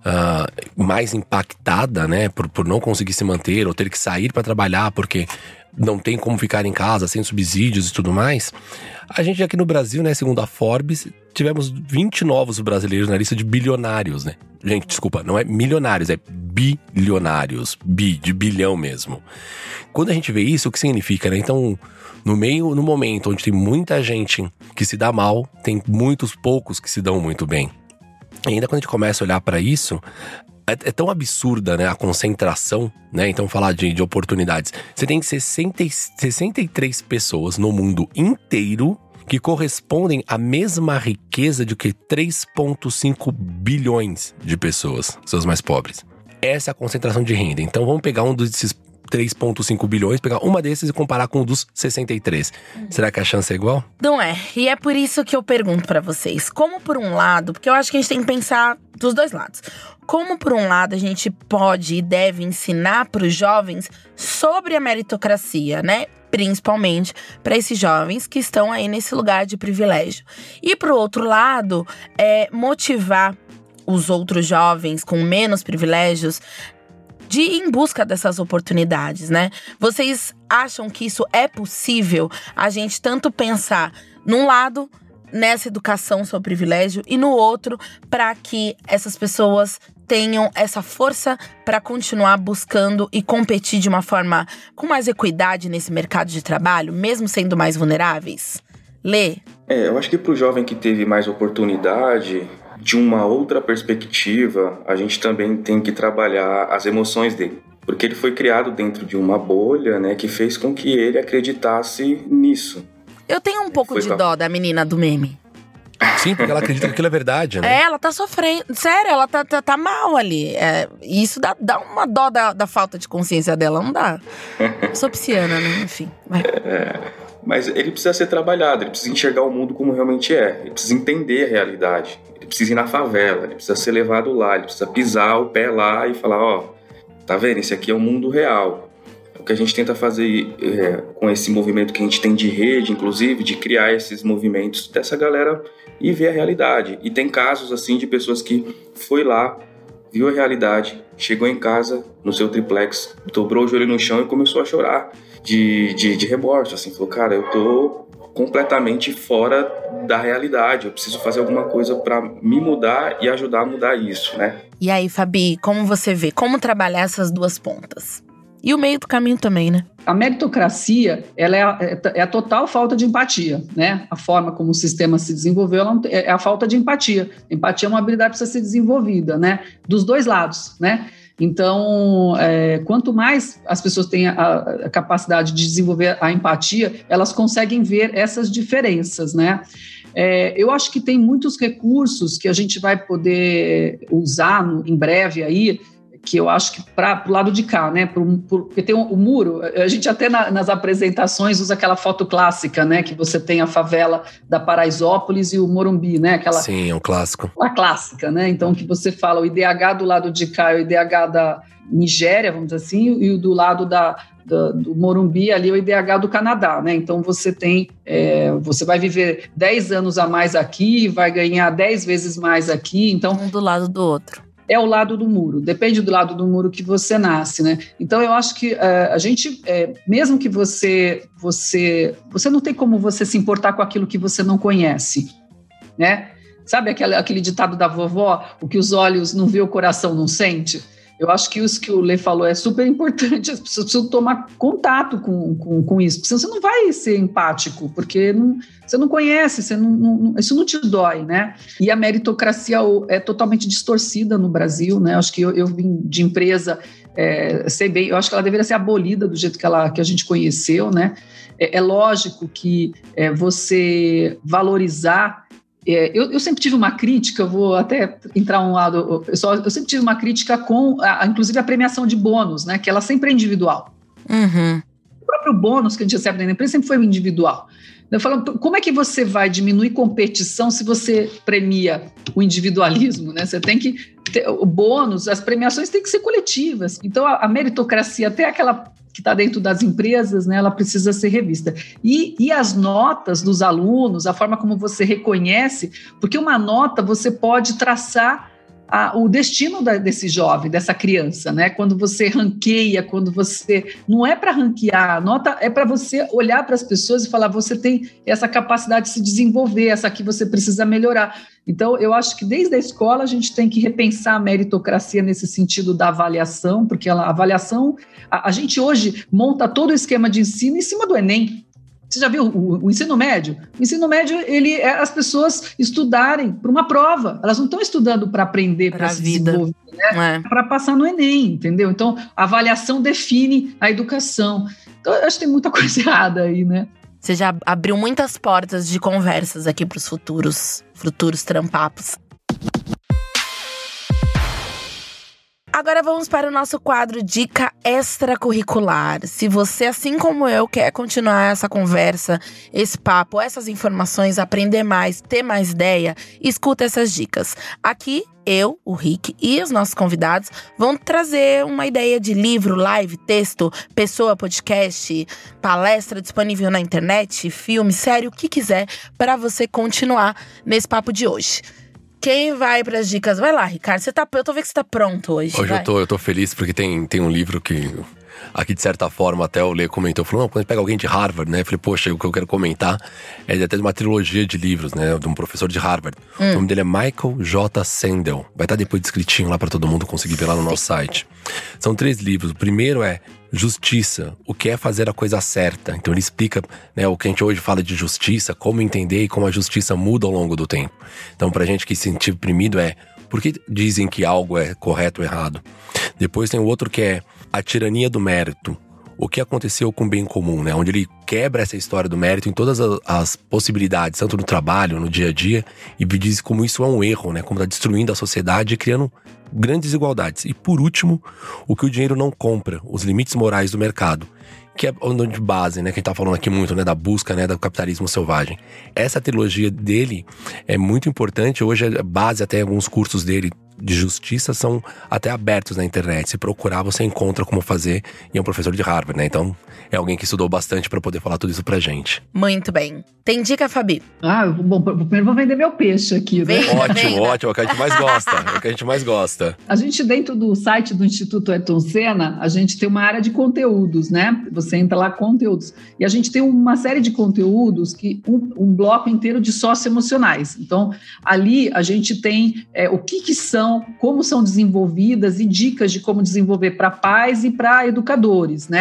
D: uh, mais impactada, né? Por, por não conseguir se manter ou ter que sair para trabalhar porque não tem como ficar em casa sem subsídios e tudo mais. A gente aqui no Brasil, né, segundo a Forbes, tivemos vinte novos brasileiros na lista de bilionários, né? Gente, desculpa, não é milionários, é bilionários. Bi, de bilhão mesmo. Quando a gente vê isso, o que significa, né? Então, no meio, no momento onde tem muita gente que se dá mal, tem muitos poucos que se dão muito bem. E ainda quando a gente começa a olhar para isso, É, é tão absurda, né, a concentração, né? Então, falar de, de oportunidades. Você tem sessenta, sessenta e três pessoas no mundo inteiro que correspondem à mesma riqueza de que três vírgula cinco bilhões de pessoas, seus mais pobres. Essa é a concentração de renda. Então, vamos pegar um desses três vírgula cinco bilhões, pegar uma desses e comparar com um dos sessenta e três. Será que a chance é igual?
A: Não é. E é por isso que eu pergunto pra vocês. Como por um lado, porque eu acho que a gente tem que pensar dos dois lados. Como por um lado a gente pode e deve ensinar pros jovens sobre a meritocracia, né? Principalmente para esses jovens que estão aí nesse lugar de privilégio. E pro outro lado, é motivar os outros jovens com menos privilégios de ir em busca dessas oportunidades, né? Vocês acham que isso é possível? A gente tanto pensar num lado nessa educação sobre privilégio e no outro para que essas pessoas tenham essa força para continuar buscando e competir de uma forma com mais equidade nesse mercado de trabalho, mesmo sendo mais vulneráveis? Lê.
E: É, eu acho que para o jovem que teve mais oportunidade, de uma outra perspectiva, a gente também tem que trabalhar as emoções dele. Porque ele foi criado dentro de uma bolha, né, que fez com que ele acreditasse nisso.
A: Eu tenho um pouco
E: foi
A: de
E: com...
A: dó da menina do meme.
D: Sim, porque ela acredita que aquilo é verdade, né?
A: É, ela tá sofrendo. Sério, ela tá, tá, tá mal ali. É, isso dá, dá uma dó da, da falta de consciência dela, não dá? Sou pisciana, né? Enfim, vai.
E: É, mas ele precisa ser trabalhado, ele precisa enxergar o mundo como realmente é. Ele precisa entender a realidade. Ele precisa ir na favela, ele precisa ser levado lá, ele precisa pisar o pé lá e falar, ó, tá vendo? Esse aqui é o mundo real. O que a gente tenta fazer é, com esse movimento que a gente tem de rede, inclusive, de criar esses movimentos dessa galera e ver a realidade. E tem casos, assim, de pessoas que foi lá, viu a realidade, chegou em casa, no seu triplex, dobrou o joelho no chão e começou a chorar de, de, de remorso, assim, falou, cara, eu tô completamente fora da realidade, eu preciso fazer alguma coisa para me mudar e ajudar a mudar isso, né?
A: E aí, Fabi, como você vê, como trabalhar essas duas pontas? E o meio do caminho também, né?
F: A meritocracia, ela é a, é a total falta de empatia, né? A forma como o sistema se desenvolveu ela é a falta de empatia. Empatia é uma habilidade que precisa ser desenvolvida, né? Dos dois lados, né? Então, é, quanto mais as pessoas têm a, a capacidade de desenvolver a empatia, elas conseguem ver essas diferenças, né? É, eu acho que tem muitos recursos que a gente vai poder usar no, em breve aí, que eu acho que para o lado de cá, né? Por, por, porque tem o, o muro, a gente até na, nas apresentações usa aquela foto clássica, né? Que você tem a favela da Paraisópolis e o Morumbi, né? Aquela,
D: Sim, é um clássico.
F: A clássica, né? Então, que você fala o I D H do lado de cá é o I D H da Nigéria, vamos dizer assim, e o do lado da, da, do Morumbi ali é o I D H do Canadá, né? Então, você tem, é, você vai viver dez anos a mais aqui, vai ganhar dez vezes mais aqui, então...
A: Um do lado do outro.
F: É o lado do muro, depende do lado do muro que você nasce, né? Então, eu acho que uh, a gente, é, mesmo que você, você, você não tem como você se importar com aquilo que você não conhece, né? Sabe aquele, aquele ditado da vovó, o que os olhos não vê, o coração não sente? Eu acho que isso que o Lê falou é super importante, as pessoas precisam tomar contato com, com, com isso, porque senão você não vai ser empático, porque não, você não conhece, você não, não, isso não te dói, né? E a meritocracia é totalmente distorcida no Brasil, né? Acho que eu, eu vim de empresa, é, sei bem, eu acho que ela deveria ser abolida do jeito que, ela, que a gente conheceu, né? É, é lógico que é, você valorizar. É, eu, eu sempre tive uma crítica, eu vou até entrar um lado, pessoal, eu sempre tive uma crítica com, a, inclusive, a premiação de bônus, né, que ela sempre é individual.
A: Uhum.
F: O próprio bônus que a gente recebe na empresa sempre foi individual. Eu falo, como é que você vai diminuir competição se você premia o individualismo, né? Você tem que ter, o bônus, as premiações têm que ser coletivas. Então, a, a meritocracia, até aquela que está dentro das empresas, né, ela precisa ser revista. E, e as notas dos alunos, a forma como você reconhece, porque uma nota você pode traçar a, o destino da, desse jovem, dessa criança, né? Quando você ranqueia, quando você... Não é para ranquear, a nota é para você olhar para as pessoas e falar, você tem essa capacidade de se desenvolver, essa aqui você precisa melhorar. Então, eu acho que desde a escola a gente tem que repensar a meritocracia nesse sentido da avaliação, porque a avaliação... A, a gente hoje monta todo o esquema de ensino em cima do Enem. Você já viu o, o ensino médio? O ensino médio, ele é as pessoas estudarem para uma prova. Elas não estão estudando para aprender, para se
A: vida.
F: desenvolver, né? É. Para passar no Enem, entendeu? Então, a avaliação define a educação. Então, eu acho que tem muita coisa errada aí, né?
A: Você já abriu muitas portas de conversas aqui para os futuros, futuros trampapos. Agora vamos para o nosso quadro Dica Extracurricular. Se você, assim como eu, quer continuar essa conversa, esse papo, essas informações, aprender mais, ter mais ideia, escuta essas dicas. Aqui, eu, o Rick e os nossos convidados vão trazer uma ideia de livro, live, texto, pessoa, podcast, palestra disponível na internet, filme, série, o que quiser, para você continuar nesse papo de hoje. Quem vai para as dicas? Vai lá, Ricardo. Você tá, eu tô vendo que você tá pronto hoje.
D: Hoje
A: vai.
D: eu tô, eu tô feliz porque tem, tem um livro que… Aqui, de certa forma, até o Lê comentou. Falou, não, quando pega alguém de Harvard, né? Eu falei, poxa, o que eu quero comentar é até de uma trilogia de livros, né? De um professor de Harvard. Hum. O nome dele é Michael J. Sandel. Vai estar depois descritinho lá para todo mundo conseguir ver lá no nosso site. São três livros. O primeiro é Justiça, o que é fazer a coisa certa. Então ele explica, né, o que a gente hoje fala de justiça, como entender e como a justiça muda ao longo do tempo. Então pra gente que se sentir oprimido é, por que dizem que algo é correto ou errado? Depois tem o outro que é a tirania do mérito. O que aconteceu com o bem comum, né? Onde ele quebra essa história do mérito em todas as possibilidades, tanto no trabalho, no dia a dia, e diz como isso é um erro, né? Como está destruindo a sociedade e criando grandes desigualdades. E por último, o que o dinheiro não compra, os limites morais do mercado, que é de base, né? Que a gente tá falando aqui muito, né? Da busca, né? Do capitalismo selvagem. Essa trilogia dele é muito importante. Hoje a base, até alguns cursos dele de justiça são até abertos na internet. Se procurar, você encontra como fazer. E é um professor de Harvard, né? Então, é alguém que estudou bastante para poder falar tudo isso pra gente.
A: Muito bem. Tem dica, Fabi?
F: Ah, bom, primeiro vou vender meu peixe aqui, né?
A: Vem,
D: ótimo,
A: vem,
D: ótimo. É o que a gente mais gosta. É o que a gente mais gosta.
F: A gente, dentro do site do Instituto Ayrton Senna, a gente tem uma área de conteúdos, né? Você entra lá, conteúdos. E a gente tem uma série de conteúdos, que um, um bloco inteiro de socioemocionais. Então, ali a gente tem é, o que que são, como são desenvolvidas e dicas de como desenvolver para pais e para educadores, né?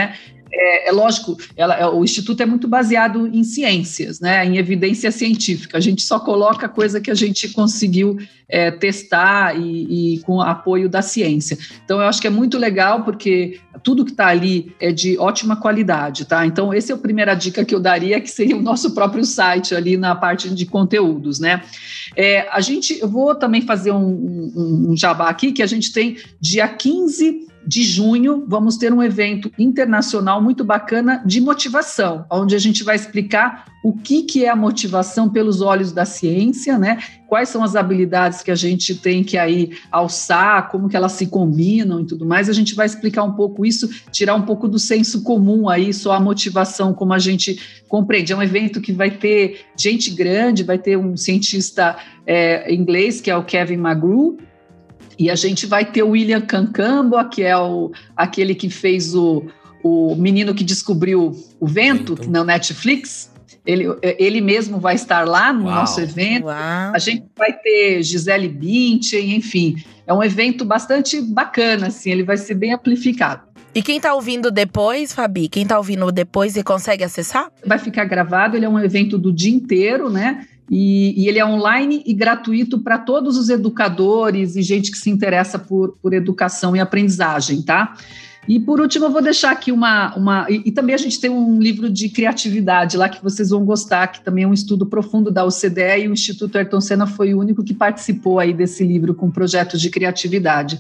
F: É, é lógico, ela, é, o Instituto é muito baseado em ciências, né, em evidência científica. A gente só coloca coisa que a gente conseguiu é, testar e, e com apoio da ciência. Então, eu acho que é muito legal, porque tudo que está ali é de ótima qualidade, tá? Então, essa é a primeira dica que eu daria, que seria o nosso próprio site ali na parte de conteúdos, né? É, a gente, eu vou também fazer um, um, um jabá aqui, que a gente tem dia quinze de junho, vamos ter um evento internacional muito bacana de motivação, onde a gente vai explicar o que, que é a motivação pelos olhos da ciência, né? Quais são as habilidades que a gente tem que aí alçar, como que elas se combinam e tudo mais. A gente vai explicar um pouco isso, tirar um pouco do senso comum aí, só a motivação, como a gente compreende. É um evento que vai ter gente grande, vai ter um cientista é, inglês, que é o Kevin McGrew, e a gente vai ter o William Kankamba, que é o, aquele que fez o, o menino que descobriu o vento, então, na Netflix. Ele, ele mesmo vai estar lá no Uau. nosso evento. Uau. A gente vai ter Gisele Bündchen, enfim. É um evento bastante bacana, assim, ele vai ser bem amplificado.
A: E quem está ouvindo depois, Fabi, quem está ouvindo depois e consegue acessar?
F: Vai ficar gravado, ele é um evento do dia inteiro, né? E, e ele é online e gratuito para todos os educadores e gente que se interessa por, por educação e aprendizagem, tá? E por último, eu vou deixar aqui uma... uma e, e também a gente tem um livro de criatividade lá que vocês vão gostar, que também é um estudo profundo da O C D E, e o Instituto Ayrton Senna foi o único que participou aí desse livro com projetos de criatividade.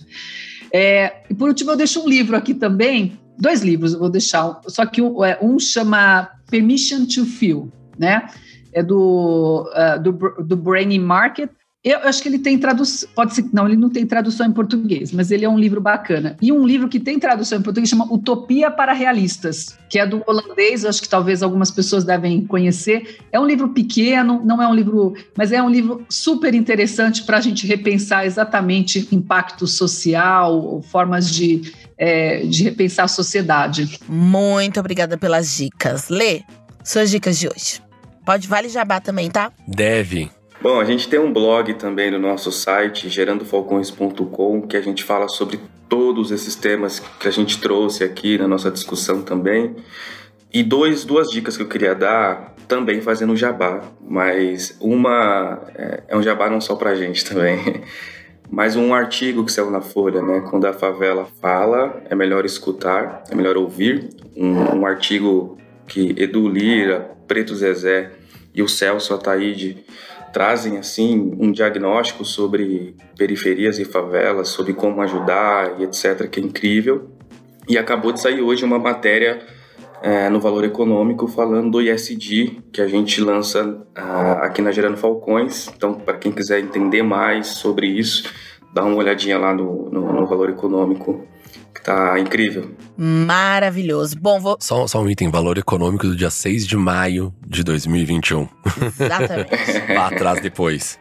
F: É, e por último, eu deixo um livro aqui também, dois livros eu vou deixar, só que um, um chama Permission to Feel, né? É do, uh, do, do Brainy Market. Eu acho que ele tem tradução, pode ser, não, ele não tem tradução em português, mas ele é um livro bacana. E um livro que tem tradução em português chama Utopia para Realistas, que é do holandês, acho que talvez algumas pessoas devem conhecer. É um livro pequeno, não é um livro, mas é um livro super interessante para a gente repensar exatamente impacto social, formas de, é, de repensar a sociedade.
A: Muito obrigada pelas dicas. Lê, suas dicas de hoje. Pode, vale jabá também, tá?
D: Deve.
E: Bom, a gente tem um blog também no nosso site, gerando falcões ponto com, que a gente fala sobre todos esses temas que a gente trouxe aqui na nossa discussão também. E dois, duas dicas que eu queria dar, também fazendo jabá, mas uma é, é um jabá não só pra gente também, mas um artigo que saiu na Folha, né? Quando a favela fala, é melhor escutar, é melhor ouvir. Um, um artigo que Edu Lira, Preto Zezé e o Celso Ataíde trazem assim um diagnóstico sobre periferias e favelas, sobre como ajudar e etcétera, que é incrível. E acabou de sair hoje uma matéria é, no Valor Econômico falando do I S D, que a gente lança ah, aqui na Gerando Falcões. Então, para quem quiser entender mais sobre isso, dá uma olhadinha lá no, no, no Valor Econômico, que tá incrível.
A: Maravilhoso. Bom, vou…
D: Só, só um item, Valor Econômico do dia seis de maio de dois mil e vinte e um.
A: Exatamente.
D: Lá atrás, depois.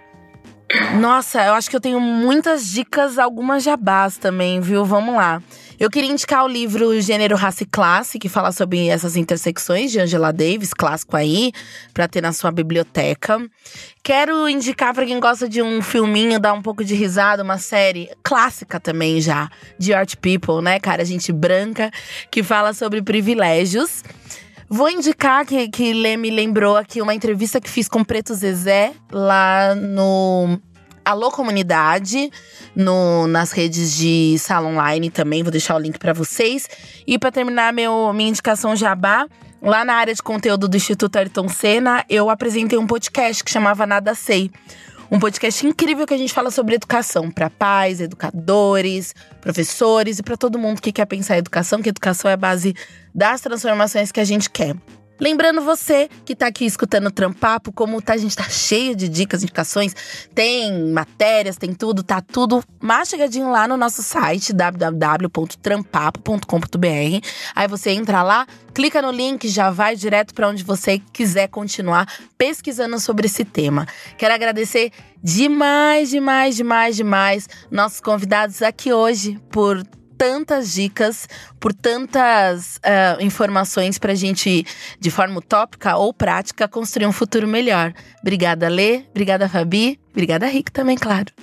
A: Nossa, eu acho que eu tenho muitas dicas, algumas jabás também, viu? Vamos lá. Eu queria indicar o livro Gênero, Raça e Classe, que fala sobre essas intersecções, de Angela Davis, clássico aí, pra ter na sua biblioteca. Quero indicar pra quem gosta de um filminho, dar um pouco de risada, uma série clássica também já, de Art People, né, cara? Gente branca, que fala sobre privilégios. Vou indicar que, que Lê me lembrou aqui uma entrevista que fiz com o Preto Zezé lá no Alô Comunidade, no, nas redes de sala online também. Vou deixar o link para vocês. E para terminar meu, minha indicação jabá, lá na área de conteúdo do Instituto Ayrton Senna, eu apresentei um podcast que chamava Nada Sei. Um podcast incrível que a gente fala sobre educação para pais, educadores, professores e para todo mundo que quer pensar em educação, que educação é a base das transformações que a gente quer. Lembrando você que tá aqui escutando o Trampapo, como tá, a gente tá cheio de dicas, indicações, tem matérias, tem tudo, tá tudo mastigadinho lá no nosso site, w w w ponto trampapo ponto com ponto b r. Aí você entra lá, clica no link, já vai direto para onde você quiser continuar pesquisando sobre esse tema. Quero agradecer demais, demais, demais, demais nossos convidados aqui hoje por tantas dicas, por tantas uh, informações pra gente, de forma utópica ou prática, construir um futuro melhor. Obrigada, Lê. Obrigada, Fabi. Obrigada, Rick, também, claro.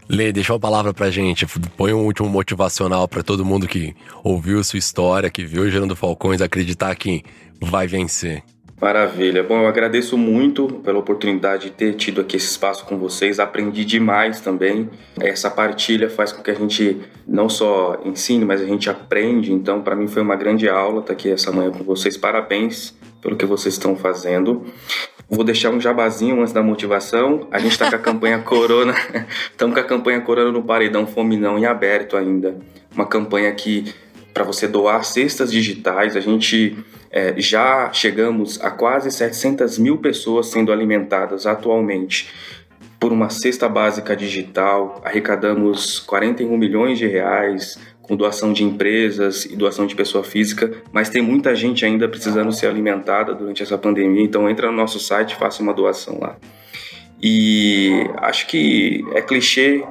D: Lê, deixa uma palavra pra gente. Põe um último motivacional pra todo mundo que ouviu sua história, que viu o Gerando Falcões, acreditar que vai vencer.
E: Maravilha. Bom, eu agradeço muito pela oportunidade de ter tido aqui esse espaço com vocês. Aprendi demais também. Essa partilha faz com que a gente não só ensine, mas a gente aprende. Então, para mim foi uma grande aula estar aqui essa manhã com vocês. Parabéns pelo que vocês estão fazendo. Vou deixar um jabazinho antes da motivação. A gente está com a campanha Corona. Estamos com a campanha Corona no Paredão Fome Não em aberto ainda. Uma campanha que, para você doar cestas digitais, a gente... É, já chegamos a quase setecentas mil pessoas sendo alimentadas atualmente por uma cesta básica digital. Arrecadamos quarenta e um milhões de reais com doação de empresas e doação de pessoa física, mas tem muita gente ainda precisando ser alimentada durante essa pandemia, então entra no nosso site e faça uma doação lá. E acho que é clichê,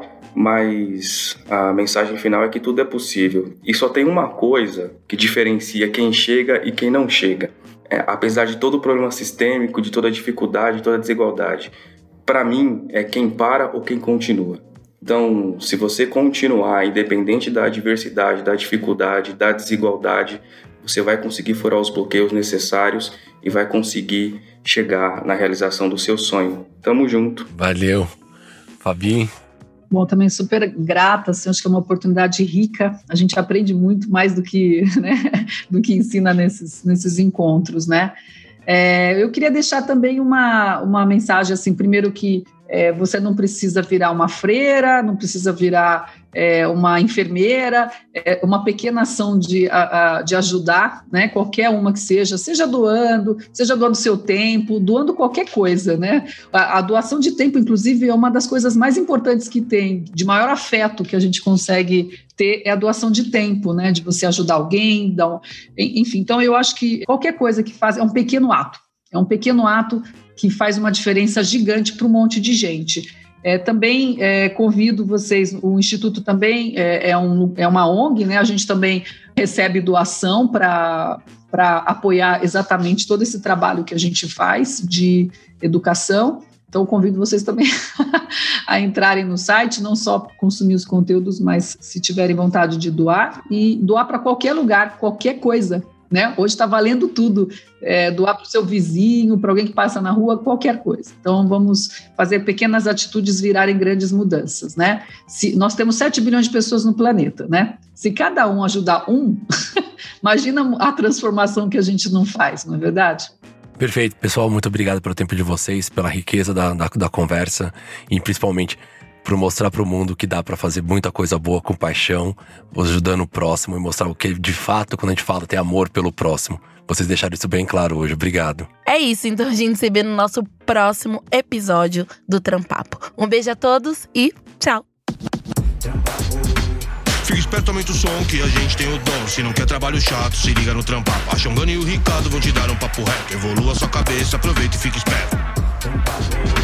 E: mas a mensagem final é que tudo é possível. E só tem uma coisa que diferencia quem chega e quem não chega. É, apesar de todo o problema sistêmico, de toda a dificuldade, de toda a desigualdade, para mim é quem para ou quem continua. Então, se você continuar, independente da adversidade, da dificuldade, da desigualdade, você vai conseguir furar os bloqueios necessários e vai conseguir chegar na realização do seu sonho. Tamo junto.
D: Valeu. Fabi?
F: Bom, também super grata, assim, acho que é uma oportunidade rica, a gente aprende muito mais do que, né, do que ensina nesses, nesses encontros, né? É, eu queria deixar também uma, uma mensagem, assim, primeiro que é, você não precisa virar uma freira, não precisa virar é, uma enfermeira, é, uma pequena ação de, a, a, de ajudar, né, qualquer uma que seja, seja doando, seja doando seu tempo, doando qualquer coisa, né? A, a doação de tempo, inclusive, é uma das coisas mais importantes que tem, de maior afeto que a gente consegue ter, é a doação de tempo, né, de você ajudar alguém, dar um, enfim. Então, eu acho que qualquer coisa que faz é um pequeno ato, é um pequeno ato que faz uma diferença gigante para um monte de gente. É, também é, convido vocês, o Instituto também é, é, um, é uma O N G, né? A gente também recebe doação para para apoiar exatamente todo esse trabalho que a gente faz de educação. Então, convido vocês também a entrarem no site, não só consumir os conteúdos, mas se tiverem vontade de doar, e doar para qualquer lugar, qualquer coisa. Né? Hoje está valendo tudo, é, doar para o seu vizinho, para alguém que passa na rua, qualquer coisa. Então, vamos fazer pequenas atitudes virarem grandes mudanças. Né? Se, nós temos sete bilhões de pessoas no planeta. Né? Se cada um ajudar um, imagina a transformação que a gente não faz, não é verdade?
D: Perfeito. Pessoal, muito obrigado pelo tempo de vocês, pela riqueza da, da, da conversa e principalmente por mostrar para o mundo que dá para fazer muita coisa boa com paixão, ajudando o próximo e mostrar o que de fato, quando a gente fala, ter amor pelo próximo. Vocês deixaram isso bem claro hoje. Obrigado.
A: É isso, então a gente se vê no nosso próximo episódio do Trampapo. Um beijo a todos e tchau!
C: Fica esperto, aumenta o som que a gente tem o dom. Se não quer trabalho chato, se liga no Trampapo. A Xongana e o Ricardo vão te dar um papo reto. Evolua sua cabeça, aproveita e fica esperto.